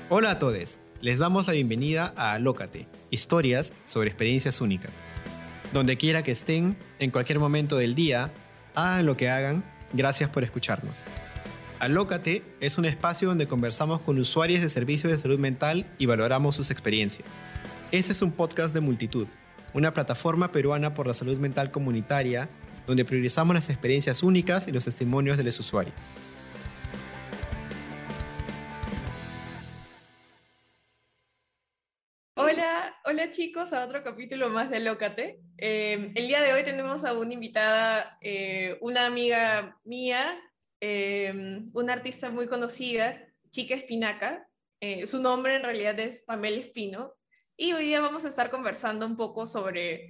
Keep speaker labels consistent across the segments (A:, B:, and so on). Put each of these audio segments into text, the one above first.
A: Hola a todos, les damos la bienvenida a Alócate, historias sobre experiencias únicas. Donde quiera que estén, en cualquier momento del día, hagan lo que hagan, gracias por escucharnos. Alócate es un espacio donde conversamos con usuarios de servicios de salud mental y valoramos sus experiencias. Este es un podcast de Multitud, una plataforma peruana por la salud mental comunitaria, donde priorizamos las experiencias únicas y los testimonios de los usuarios.
B: Hola chicos, a otro capítulo más de Alócate. El día de hoy tenemos a una invitada, una amiga mía, una artista muy conocida, Chica Espinaca. Su nombre en realidad es Pamela Espino. Y hoy día vamos a estar conversando un poco sobre...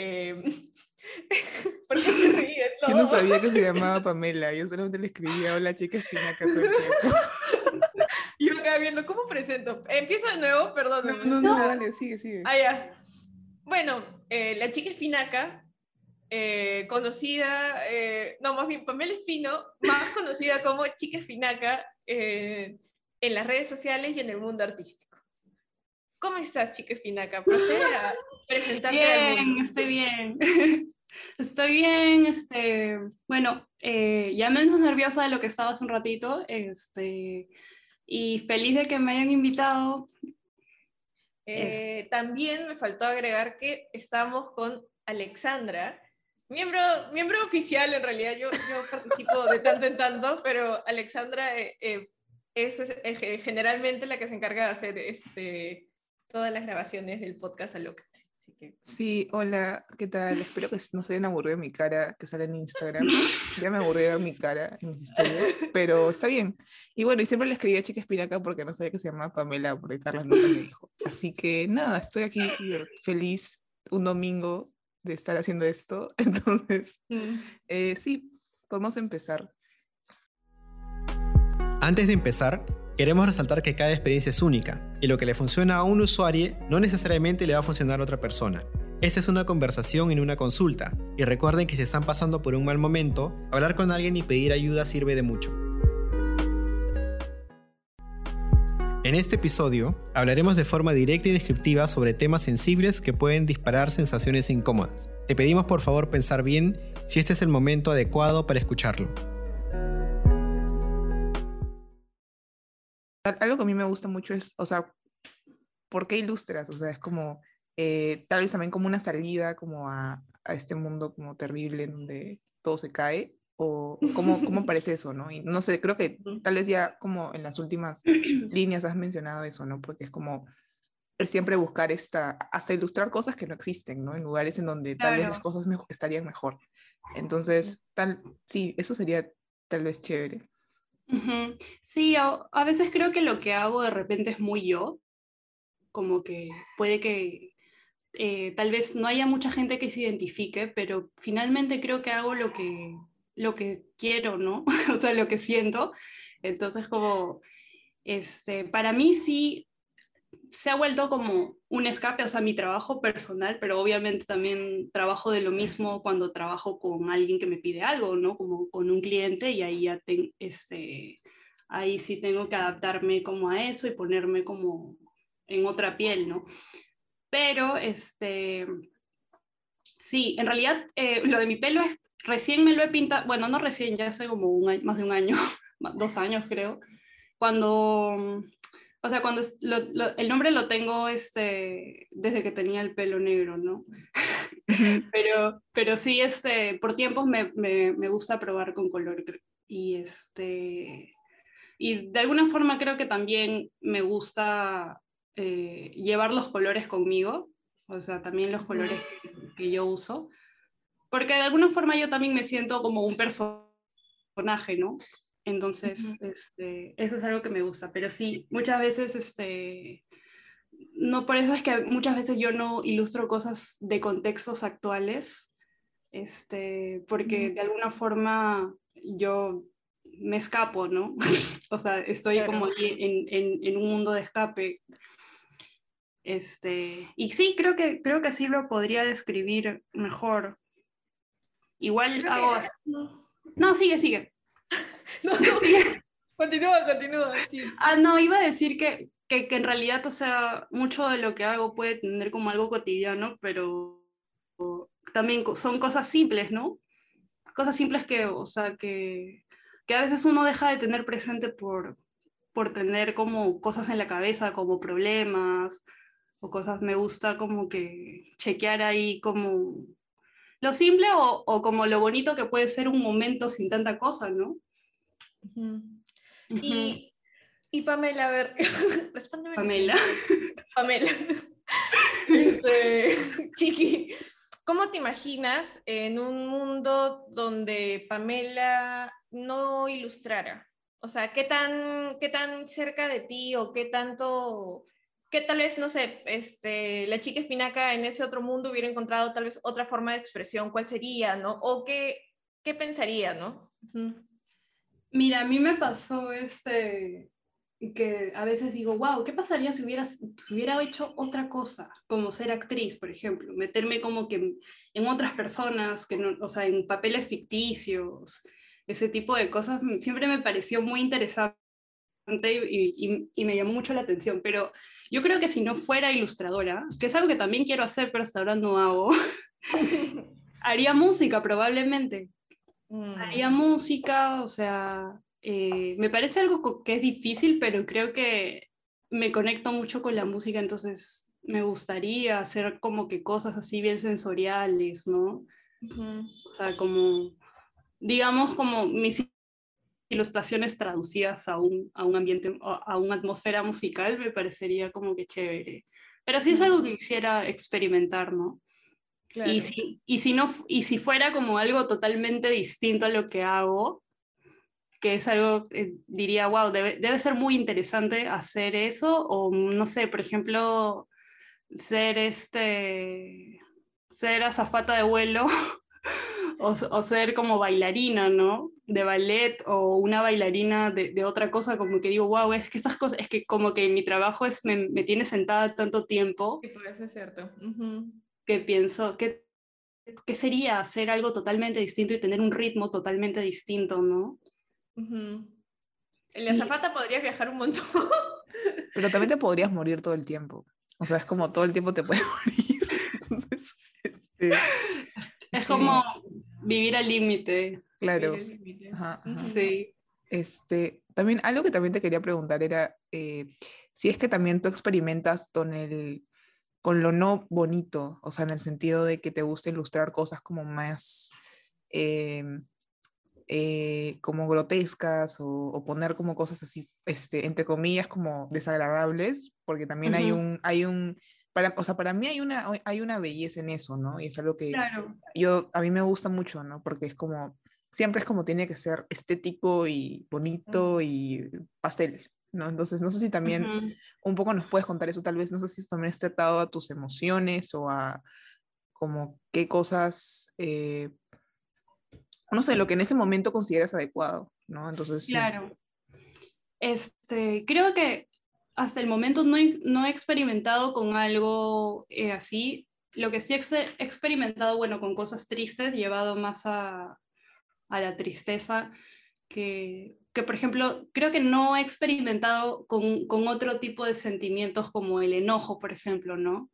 B: ¿Por qué se ríen?
C: Yo no sabía que se llamaba Pamela, yo solamente le escribía hola Chica Espinaca todo el tiempo.
B: Yo acá viendo, ¿cómo presento? Empiezo de nuevo, perdónenme.
C: No, dale, sigue.
B: Ah, ya. Bueno, la Chica Espinaca, conocida, más bien Pamela Espino, más conocida como Chica Espinaca en las redes sociales y en el mundo artístico. ¿Cómo estás, Chica Espinaca? Procede a presentarte al mundo.
D: Estoy bien. Estoy bien, bueno, ya menos nerviosa de lo que estaba hace un ratito, y feliz de que me hayan invitado.
B: También me faltó agregar que estamos con Alexandra, miembro oficial en realidad, yo participo de tanto en tanto, pero Alexandra es generalmente la que se encarga de hacer todas las grabaciones del podcast Alócate. Así que...
C: Sí, hola, ¿qué tal? Espero que no se hayan aburrido de mi cara que sale en Instagram. Ya me aburrí de ver mi cara en mis historias, pero está bien. Y bueno, y siempre le escribí a Chica Espinaca porque no sabía que se llamaba Pamela, porque Carla nunca me dijo. Así que nada, estoy aquí feliz un domingo de estar haciendo esto. Entonces, sí, podemos empezar.
A: Antes de empezar, queremos resaltar que cada experiencia es única y lo que le funciona a un usuario no necesariamente le va a funcionar a otra persona. Esta es una conversación en una consulta y recuerden que si están pasando por un mal momento, hablar con alguien y pedir ayuda sirve de mucho. En este episodio hablaremos de forma directa y descriptiva sobre temas sensibles que pueden disparar sensaciones incómodas. Te pedimos por favor pensar bien si este es el momento adecuado para escucharlo.
C: Algo que a mí me gusta mucho es, o sea, ¿por qué ilustras? O sea, es como, tal vez también como una salida como a este mundo como terrible en donde todo se cae, o cómo parece eso, ¿no? Y no sé, creo que tal vez ya como en las últimas líneas has mencionado eso, ¿no? Porque es como el siempre buscar hasta ilustrar cosas que no existen, ¿no? En lugares en donde tal vez las cosas estarían mejor. Entonces, sí, eso sería tal vez chévere.
D: Sí, a veces creo que lo que hago de repente es muy yo, como que puede que tal vez no haya mucha gente que se identifique, pero finalmente creo que hago lo que quiero, ¿no? O sea, lo que siento. Entonces, como, para mí sí se ha vuelto como un escape, o sea, mi trabajo personal, pero obviamente también trabajo de lo mismo cuando trabajo con alguien que me pide algo, ¿no? Como con un cliente y ahí ya ahí sí tengo que adaptarme como a eso y ponerme como en otra piel, ¿no? Pero, sí, en realidad lo de mi pelo es, recién me lo he pintado, bueno, no recién, ya hace como más de un año, 2 años creo, cuando... O sea, cuando el nombre lo tengo desde que tenía el pelo negro, ¿no? pero sí, por tiempos me gusta probar con color. Y, y de alguna forma creo que también me gusta llevar los colores conmigo, o sea, también los colores que yo uso, porque de alguna forma yo también me siento como un personaje, ¿no? Entonces, eso es algo que me gusta, pero sí, muchas veces, no, por eso es que muchas veces yo no ilustro cosas de contextos actuales, porque de alguna forma yo me escapo, ¿no? O sea, estoy claro, como ahí en un mundo de escape. Y sí, creo que así lo podría describir mejor. Igual creo hago... No, sigue.
B: No, Continúa, sí.
D: No, iba a decir que en realidad, o sea, mucho de lo que hago puede tener como algo cotidiano, pero también son cosas simples, ¿no? Cosas simples que, o sea, que a veces uno deja de tener presente por tener como cosas en la cabeza, como problemas o cosas. Me gusta como que chequear ahí como lo simple o como lo bonito que puede ser un momento sin tanta cosa, ¿no?
B: Ujú.
D: Ujú.
B: Y Pamela, a ver, respóndeme la
D: Pamela.
B: siguiente. Pamela. Chiqui, ¿cómo te imaginas en un mundo donde Pamela no ilustrara? O sea, qué tan cerca de ti o qué tanto, qué tal vez, no sé, la chica espinaca en ese otro mundo hubiera encontrado tal vez otra forma de expresión, ¿cuál sería, no? O qué pensaría, ¿no? Ujú.
D: Mira, a mí me pasó que a veces digo, wow, ¿qué pasaría si hubiera hecho otra cosa, como ser actriz, por ejemplo? Meterme como que en otras personas, que no, o sea, en papeles ficticios, ese tipo de cosas, siempre me pareció muy interesante y me llamó mucho la atención, pero yo creo que si no fuera ilustradora, que es algo que también quiero hacer, pero hasta ahora no hago, haría música probablemente. Haría
B: Mm,
D: música, o sea, me parece algo que es difícil, pero creo que me conecto mucho con la música, entonces me gustaría hacer como que cosas así bien sensoriales, ¿no?
B: ujú.
D: O sea, como, digamos, como mis ilustraciones traducidas a un ambiente, a una atmósfera musical, me parecería como que chévere. Pero sí es algo que quisiera experimentar, ¿no?
B: Claro.
D: Y si no, y si fuera como algo totalmente distinto a lo que hago, que es algo, diría, wow, debe ser muy interesante hacer eso, o no sé, por ejemplo, ser ser azafata de vuelo, o ser como bailarina, ¿no? De ballet, o una bailarina de otra cosa, como que digo, wow, es que esas cosas, es que como que mi trabajo me tiene sentada tanto tiempo,
B: Sí, puede ser cierto. Ujú,
D: que pienso, ¿qué sería hacer algo totalmente distinto y tener un ritmo totalmente distinto, ¿no?
B: ujú. En la
D: Y
B: azafata podrías viajar un montón.
C: Pero también te podrías morir todo el tiempo. O sea, es como todo el tiempo te puedes morir. Entonces, es
D: es como
C: como,
D: vivir al límite.
B: Mira
C: claro.
B: el límite.
C: Ajá, ajá.
B: Ujú.
D: Sí.
C: También algo que también te quería preguntar era si es que también tú experimentas con lo no bonito, o sea, en el sentido de que te gusta ilustrar cosas como más eh, como grotescas o poner como cosas así, entre comillas, como desagradables, porque también
D: Ujú.
C: o sea, para mí hay una belleza en eso, ¿no? Y es algo que
D: Claro.
C: a mí me gusta mucho, ¿no? Porque es como, siempre es como tiene que ser estético y bonito y pastel, ¿no? Entonces, no sé si también
D: Ujú.
C: un poco nos puedes contar eso, tal vez, no sé si eso también está atado a tus emociones o a como qué cosas, no sé, lo que en ese momento consideras adecuado, ¿no? Entonces, sí.
D: Claro. Creo que hasta el momento no he experimentado con algo así. Lo que sí he experimentado, bueno, con cosas tristes, llevado más a la tristeza, que, por ejemplo, creo que no he experimentado con otro tipo de sentimientos como el enojo, por ejemplo, ¿no?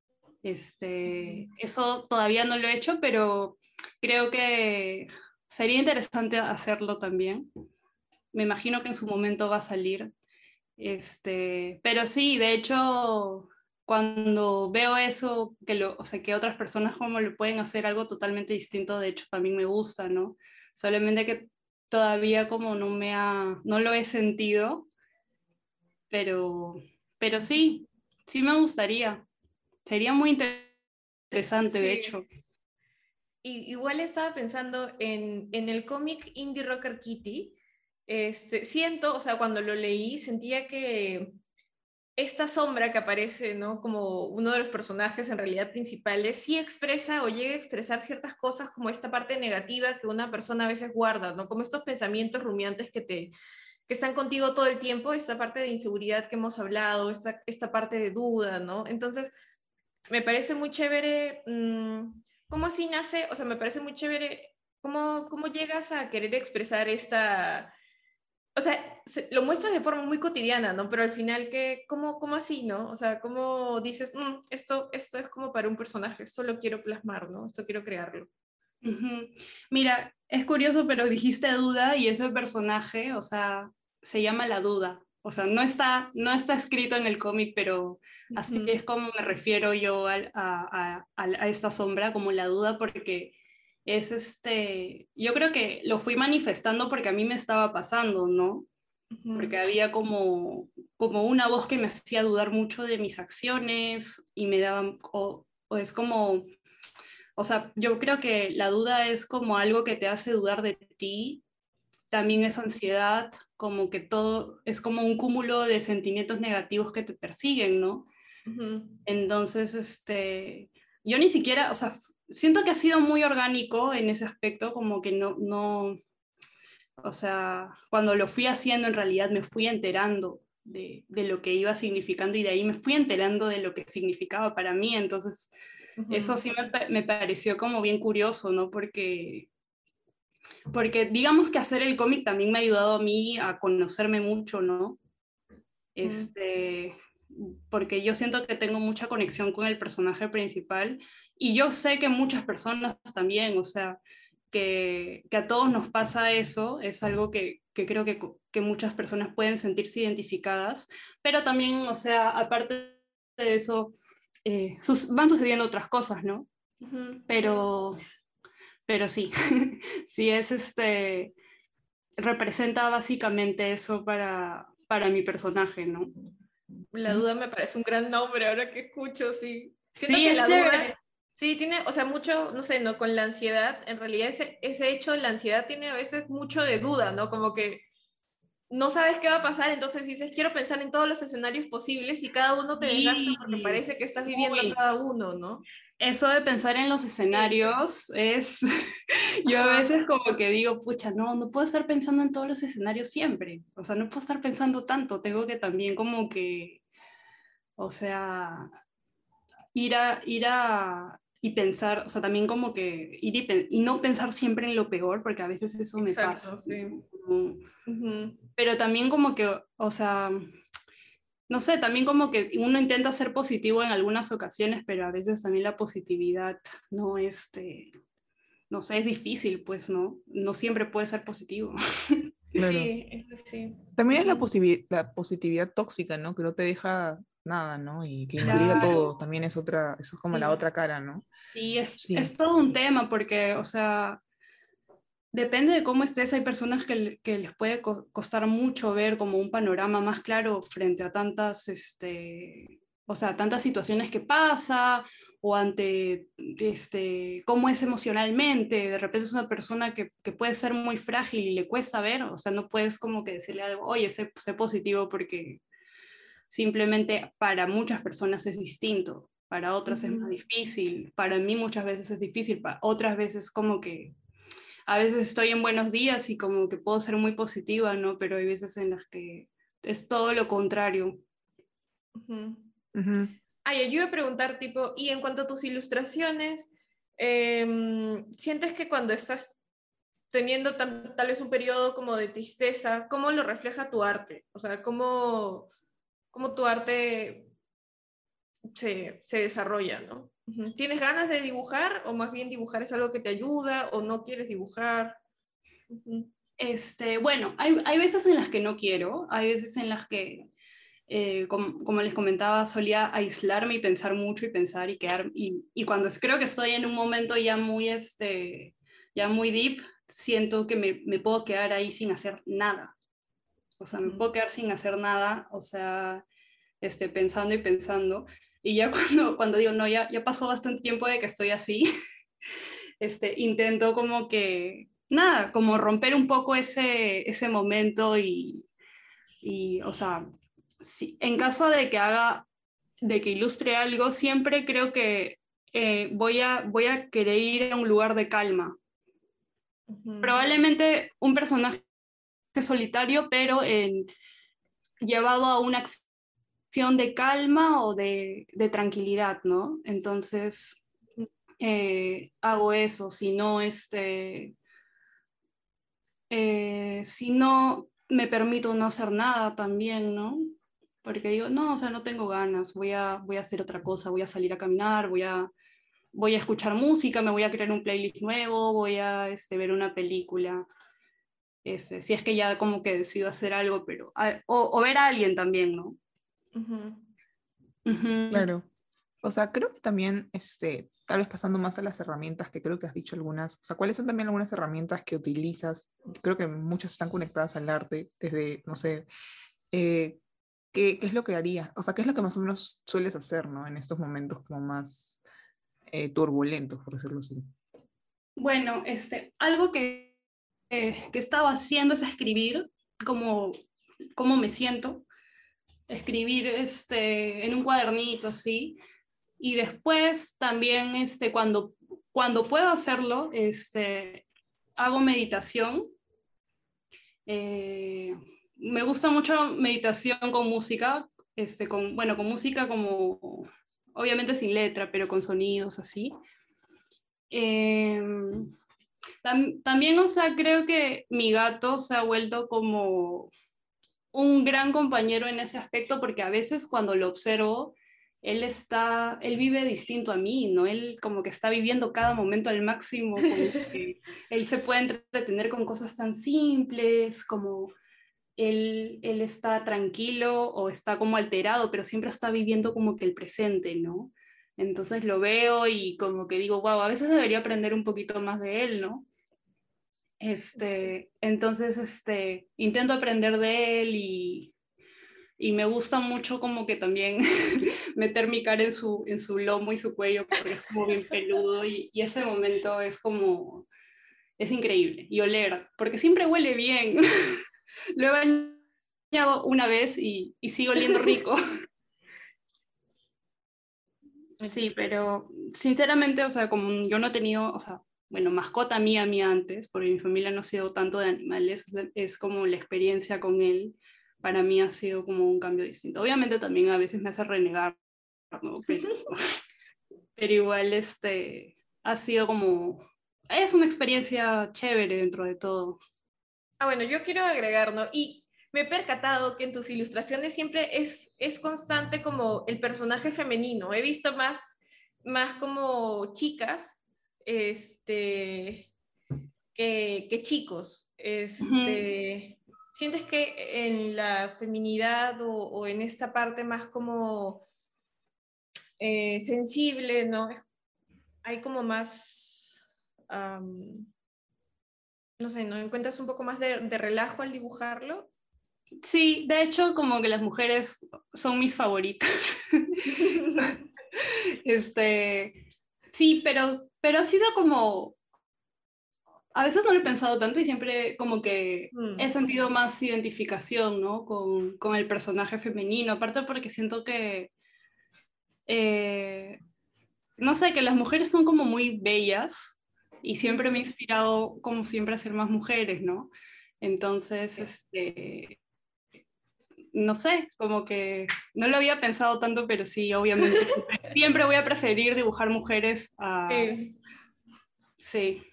D: Eso todavía no lo he hecho, pero creo que sería interesante hacerlo también. Me imagino que en su momento va a salir. Pero sí, de hecho, cuando veo eso, o sea, que otras personas como lo pueden hacer algo totalmente distinto, de hecho también me gusta, ¿no? Solamente que todavía como no lo he sentido, pero, pero sí, sí me gustaría. Sería muy interesante, de
B: Sí.
D: hecho.
B: Igual estaba pensando en el cómic Indie Rocker Kitty. Siento, o sea, cuando lo leí, sentía que esta sombra que aparece, ¿no? Como uno de los personajes en realidad principales, sí expresa o llega a expresar ciertas cosas como esta parte negativa que una persona a veces guarda, ¿no? Como estos pensamientos rumiantes que están contigo todo el tiempo, esta parte de inseguridad que hemos hablado, esta parte de duda, ¿no? Entonces, me parece muy chévere, cómo así nace, o sea, me parece muy chévere cómo llegas a querer expresar o sea, lo muestras de forma muy cotidiana, ¿no? Pero al final, ¿cómo así, no? O sea, ¿cómo dices, esto es como para un personaje, esto lo quiero plasmar, ¿no? Esto quiero crearlo.
D: Ujú. Mira, es curioso, pero dijiste Duda y ese personaje, o sea, se llama La Duda. O sea, no está escrito en el cómic, pero así
B: Ujú,
D: es como me refiero yo a esta sombra, como La Duda, porque es yo creo que lo fui manifestando porque a mí me estaba pasando, ¿no? Porque
B: ujú,
D: había como una voz que me hacía dudar mucho de mis acciones y me daban, o es como, o sea, yo creo que la duda es como algo que te hace dudar de ti, también es ansiedad, como que todo es como un cúmulo de sentimientos negativos que te persiguen, ¿no?
B: ujú,
D: Entonces, yo ni siquiera, o sea, siento que ha sido muy orgánico en ese aspecto, como que no, o sea, cuando lo fui haciendo en realidad me fui enterando de lo que iba significando y de ahí me fui enterando de lo que significaba para mí, entonces eso
B: ujú,
D: sí me pareció como bien curioso, ¿no? Porque digamos que hacer el cómic también me ha ayudado a mí a conocerme mucho, ¿no?
B: ujú,
D: Este, porque yo siento que tengo mucha conexión con el personaje principal y yo sé que muchas personas también, o sea, que a todos nos pasa eso, es algo que creo que muchas personas pueden sentirse identificadas, pero también, o sea, aparte de eso, van sucediendo otras cosas, ¿no?
B: ujú.
D: Pero, pero sí, sí es representa básicamente eso para mi personaje, ¿no?
B: La
C: Ujú.
B: duda me parece un gran nombre ahora que escucho, sí. Siento
D: Sí,
B: que
D: es
B: la
D: chévere.
B: duda, sí, tiene, o sea, mucho, no sé, ¿no? Con la ansiedad, en realidad ese hecho, la ansiedad tiene a veces mucho de duda, ¿no? Como que no sabes qué va a pasar, entonces dices, quiero pensar en todos los escenarios posibles y cada uno te desgasta porque
D: Sí,
B: parece que estás viviendo
D: uy,
B: cada uno, ¿no?
D: eso de pensar en los
B: Sí.
D: escenarios es, yo a
B: Ajá.
D: veces como que digo, pucha, no puedo estar pensando en todos los escenarios siempre, o sea, no puedo estar pensando tanto, tengo que también como que, o sea, y pensar, o sea, también como que y no pensar siempre en lo peor, porque a veces eso me pasa,
B: Exacto, sí.
D: ¿no?
B: Ujú,
D: Pero también como que, o sea, no sé, también como que uno intenta ser positivo en algunas ocasiones, pero a veces también la positividad no, no sé, es difícil, pues, ¿no? No siempre puede ser positivo.
C: Claro.
B: sí, eso sí.
C: También es
B: Ujú.
C: la positividad tóxica, ¿no? Que no te deja nada, ¿no? Y que invalida todo.
D: Claro,
C: También es otra, eso es como la
B: Mm,
C: otra cara, ¿no?
D: sí, es
C: Sí.
D: todo un tema porque, o sea, depende de cómo estés, hay personas que les puede costar mucho ver como un panorama más claro frente a tantas, o sea, tantas situaciones que pasa o ante cómo es emocionalmente. De repente es una persona que puede ser muy frágil y le cuesta ver, o sea, no puedes como que decirle algo, oye, sé positivo porque simplemente para muchas personas es distinto, para otras es más
B: ujú.
D: difícil, para mí muchas veces es difícil, para otras veces como que a veces estoy en buenos días y como que puedo ser muy positiva, ¿no? Pero hay veces en las que es todo lo contrario.
B: Ujú.
C: Ujú.
B: Yo iba a preguntar, tipo, y en cuanto a tus ilustraciones, ¿sientes que cuando estás teniendo tal vez un periodo como de tristeza, cómo lo refleja tu arte? O sea, ¿cómo tu arte se desarrolla, ¿no? Ujú. ¿Tienes ganas de dibujar o más bien dibujar es algo que te ayuda o no quieres dibujar? Ujú.
D: Bueno, hay veces en las que no quiero, hay veces en las que, como les comentaba, solía aislarme y pensar mucho y pensar y quedar, y cuando creo que estoy en un momento ya muy deep, siento que me puedo quedar ahí sin hacer nada. O sea, me
B: Ujú.
D: puedo quedar sin hacer nada, o sea, pensando y pensando. Y ya cuando digo, no, ya pasó bastante tiempo de que estoy así, intento como que, nada, como romper un poco ese momento o sea, en caso de que ilustre algo, siempre creo que voy a querer ir a un lugar de calma.
B: Ujú.
D: Probablemente un personaje solitario, pero llevado a una acción de calma o de tranquilidad, ¿no? Entonces, hago eso, si no, me permito no hacer nada también, ¿no? Porque digo, no, o sea, no tengo ganas, voy a hacer otra cosa, voy a salir a caminar, voy a escuchar música, me voy a crear un playlist nuevo, voy a ver una película, si es que ya como que decido hacer algo, pero, o ver a alguien también, ¿no?
B: Ujú.
D: Ujú.
C: Claro. O sea, creo que también, tal vez pasando más a las herramientas, que creo que has dicho algunas, o sea, ¿cuáles son también algunas herramientas que utilizas? Creo que muchas están conectadas al arte, desde, no sé, ¿qué es lo que harías? O sea, ¿qué es lo que más o menos sueles hacer, ¿no? En estos momentos como más turbulentos, por decirlo así.
D: Bueno, algo que estaba haciendo es escribir cómo me siento, escribir en un cuadernito así, y después también cuando puedo hacerlo, hago meditación. Me gusta mucho meditación con música, con música como, obviamente sin letra, pero con sonidos así. También, o sea, creo que mi gato se ha vuelto como un gran compañero en ese aspecto, porque a veces cuando lo observo, él vive distinto a mí, ¿no? Él como que está viviendo cada momento al máximo, como que él se puede entretener con cosas tan simples, como él está tranquilo o está como alterado, pero siempre está viviendo como que el presente, ¿no? Entonces lo veo y como que digo, wow, a veces debería aprender un poquito más de él, ¿no? Entonces, intento aprender de él y me gusta mucho como que también meter mi cara en su lomo y su cuello porque es como bien peludo y ese momento es increíble. Y oler, porque siempre huele bien. Lo he bañado una vez y sigo oliendo rico. Sí, pero sinceramente, o sea, como yo no he tenido, o sea, bueno, mascota mía antes, porque mi familia no ha sido tanto de animales, es como la experiencia con él, para mí ha sido como un cambio distinto. Obviamente también a veces me hace renegar, ¿no? Pero igual ha sido como, es una experiencia chévere dentro de todo.
B: Ah, bueno, yo quiero agregar, ¿no? Y me he percatado que en tus ilustraciones siempre es constante como el personaje femenino. He visto más como chicas que chicos. ¿Sientes que en la feminidad o en esta parte más como sensible, ¿no? Hay como más, no sé, ¿no encuentras un poco más de relajo al dibujarlo?
D: Sí, de hecho, como que las mujeres son mis favoritas. Sí, pero ha sido como, a veces no lo he pensado tanto y siempre como que he sentido más identificación, ¿no? Con el personaje femenino, aparte porque siento que, eh, no sé, que las mujeres son como muy bellas y siempre me ha inspirado como siempre a ser más mujeres, ¿no? Entonces, no sé, como que no lo había pensado tanto, pero sí, obviamente siempre voy a preferir dibujar mujeres a...
B: Sí.
D: Sí.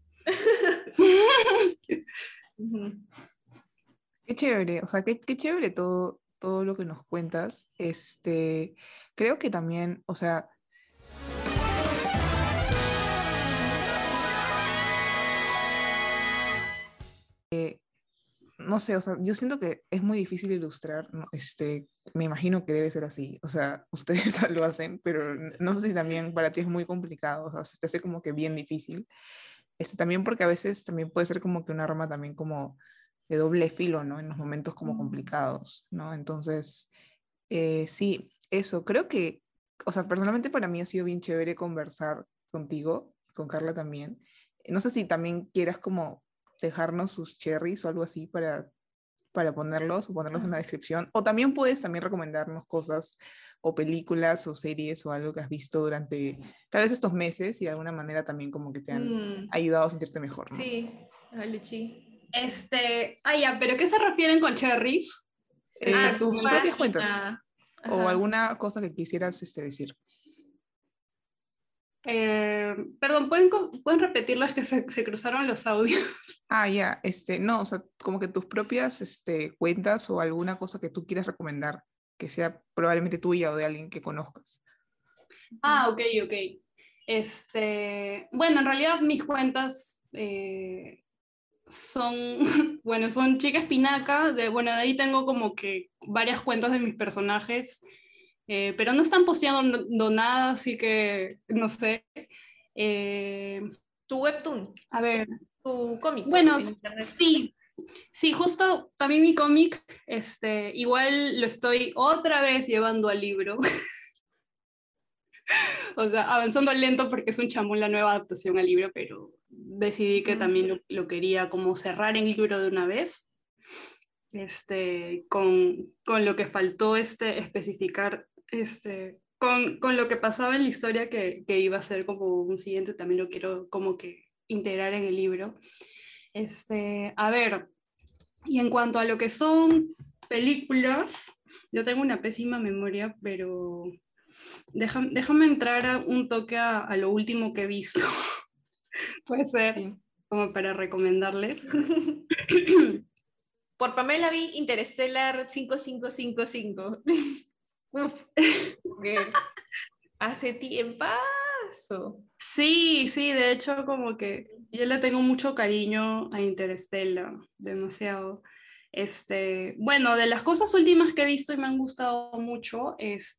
C: Qué chévere, o sea, qué chévere todo lo que nos cuentas. Creo que también, o sea, no sé, o sea, yo siento que es muy difícil ilustrar, ¿no? Me imagino que debe ser así, o sea, ustedes lo hacen, pero no sé si también para ti es muy complicado, o sea, se te hace como que bien difícil. También porque a veces también puede ser como que un arma también como de doble filo, ¿no? En los momentos como complicados, ¿no? Entonces, sí, eso, creo que, o sea, personalmente para mí ha sido bien chévere conversar contigo, con Carla también. No sé si también quieras como dejarnos sus cherries o algo así para ponerlos o ponerlos en la descripción. O también puedes también recomendarnos cosas o películas o series o algo que has visto durante tal vez estos meses y de alguna manera también como que te han ayudado a sentirte mejor, ¿no?
B: Sí, Luchi.
D: Ya, pero ¿qué se refieren con cherries?
C: Tus propias cuentas
B: Página.
C: o
B: Ajá.
C: alguna cosa que quisieras decir.
D: Perdón, ¿pueden repetirlas que se cruzaron los audios?
C: Ya, no, o sea, como que tus propias cuentas o alguna cosa que tú quieras recomendar, que sea probablemente tuya o de alguien que conozcas.
D: Ok. Bueno, en realidad mis cuentas son, bueno, son Chica Espinaca, bueno, de ahí tengo como que varias cuentas de mis personajes, pero no están posteando nada, así que no sé.
B: Tu webtoon,
D: A ver,
B: tu cómic
D: bueno,
B: en internet.
D: sí, justo también mi cómic, igual lo estoy otra vez llevando al libro. O sea, avanzando lento porque es un chamón la nueva adaptación al libro, pero decidí que también lo quería como cerrar en libro de una vez, con lo que faltó especificar, con lo que pasaba en la historia que iba a ser como un siguiente, también lo quiero como que integrar en el libro. A ver, y en cuanto a lo que son películas, yo tengo una pésima memoria, pero déjame entrar a un toque a lo último que he visto. Puede ser,
C: Sí.
D: como para recomendarles.
B: Por Pamela vi Interstellar 5555. Uf, que hace tiempazo.
D: Sí, de hecho como que yo le tengo mucho cariño a Interstellar, demasiado. Bueno, de las cosas últimas que he visto y me han gustado mucho,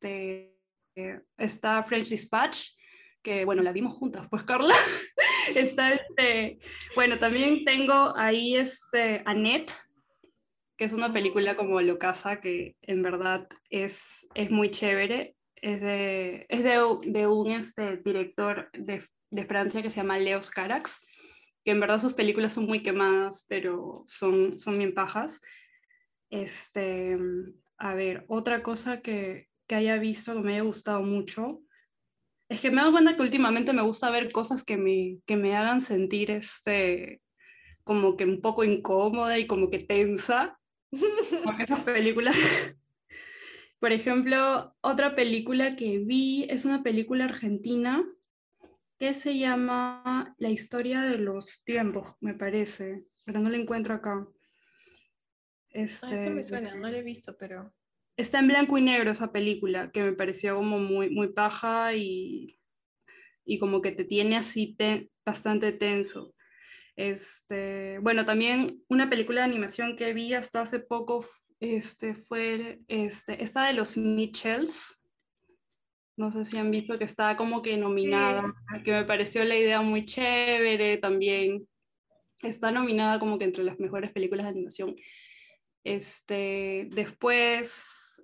D: está French Dispatch, que bueno, la vimos juntas, pues Carla. Está bueno, también tengo ahí Annette, que es una película como locaza que en verdad es muy chévere. Es de un director de Francia que se llama Leos Carax, que en verdad sus películas son muy quemadas, pero son bien pajas. Este, a ver, otra cosa que haya visto que me haya gustado mucho. Es que me he dado cuenta que últimamente me gusta ver cosas que me hagan sentir como que un poco incómoda y como que tensa, como esas películas. Por ejemplo, otra película que vi es una película argentina que se llama La historia de los tiempos, me parece, pero no la encuentro acá.
B: Esta me suena, no la he visto, pero...
D: Está en blanco y negro esa película, que me pareció como muy paja y como que te tiene así bastante tenso. Bueno, también una película de animación que vi hasta hace poco fue esta de los Mitchells. No sé si han visto que está como que nominada, que me pareció la idea muy chévere también. Está nominada como que entre las mejores películas de animación. Después,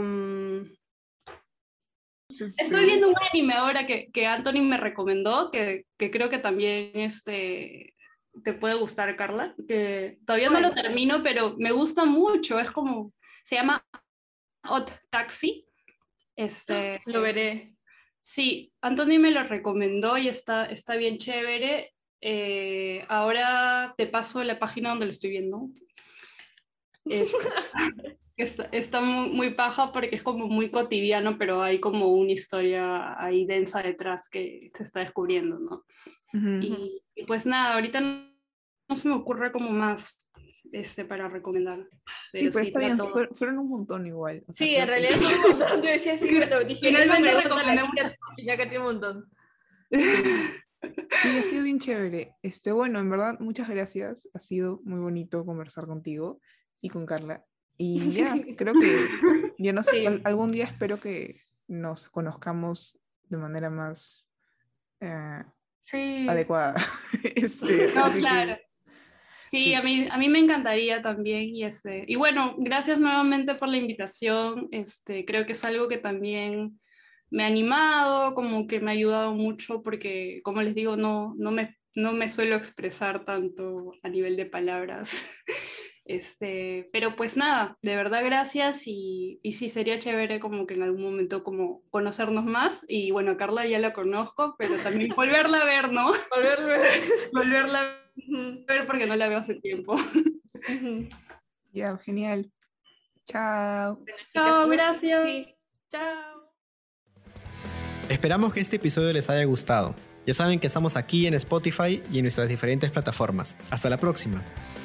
D: estoy viendo un anime ahora que Anthony me recomendó, que creo que también te puede gustar, Carla, que todavía no lo termino, pero me gusta mucho, es como, se llama Odd Taxi.
B: Lo veré.
D: Sí, Anthony me lo recomendó y está bien chévere. Ahora te paso la página donde lo estoy viendo. Está muy paja porque es como muy cotidiano, pero hay como una historia ahí densa detrás que se está descubriendo, ¿no? Y pues nada, ahorita no se me ocurre como más para recomendar.
C: Sí, pero está bien,
D: trato...
C: fueron un montón igual. O sea,
B: sí, en realidad son un montón. Yo decía, sí, bueno, dije,
D: finalmente
B: eso me gusta
D: recomendé
B: la chica, que tiene un montón.
C: Sí, ha sido bien chévere. Bueno, en verdad, muchas gracias. Ha sido muy bonito conversar contigo y con Carla. Y ya, creo que ya
B: Sí.
C: algún día espero que nos conozcamos de manera más
D: Sí.
C: adecuada.
D: No,
C: así
D: claro.
C: que,
D: Sí,
C: sí.
D: a mí me encantaría también. Y bueno, gracias nuevamente por la invitación. Creo que es algo que también me ha animado, como que me ha ayudado mucho porque, como les digo, no me suelo expresar tanto a nivel de palabras. Pero pues nada, de verdad gracias y sí, sería chévere como que en algún momento como conocernos más y bueno, a Carla ya la conozco, pero también volverla a ver, ¿no? Volverla a ver porque no la veo hace tiempo.
C: Ya, genial. Chao.
D: Chao, gracias.
B: Sí. Chao.
A: Esperamos que este episodio les haya gustado. Ya saben que estamos aquí en Spotify y en nuestras diferentes plataformas. Hasta la próxima.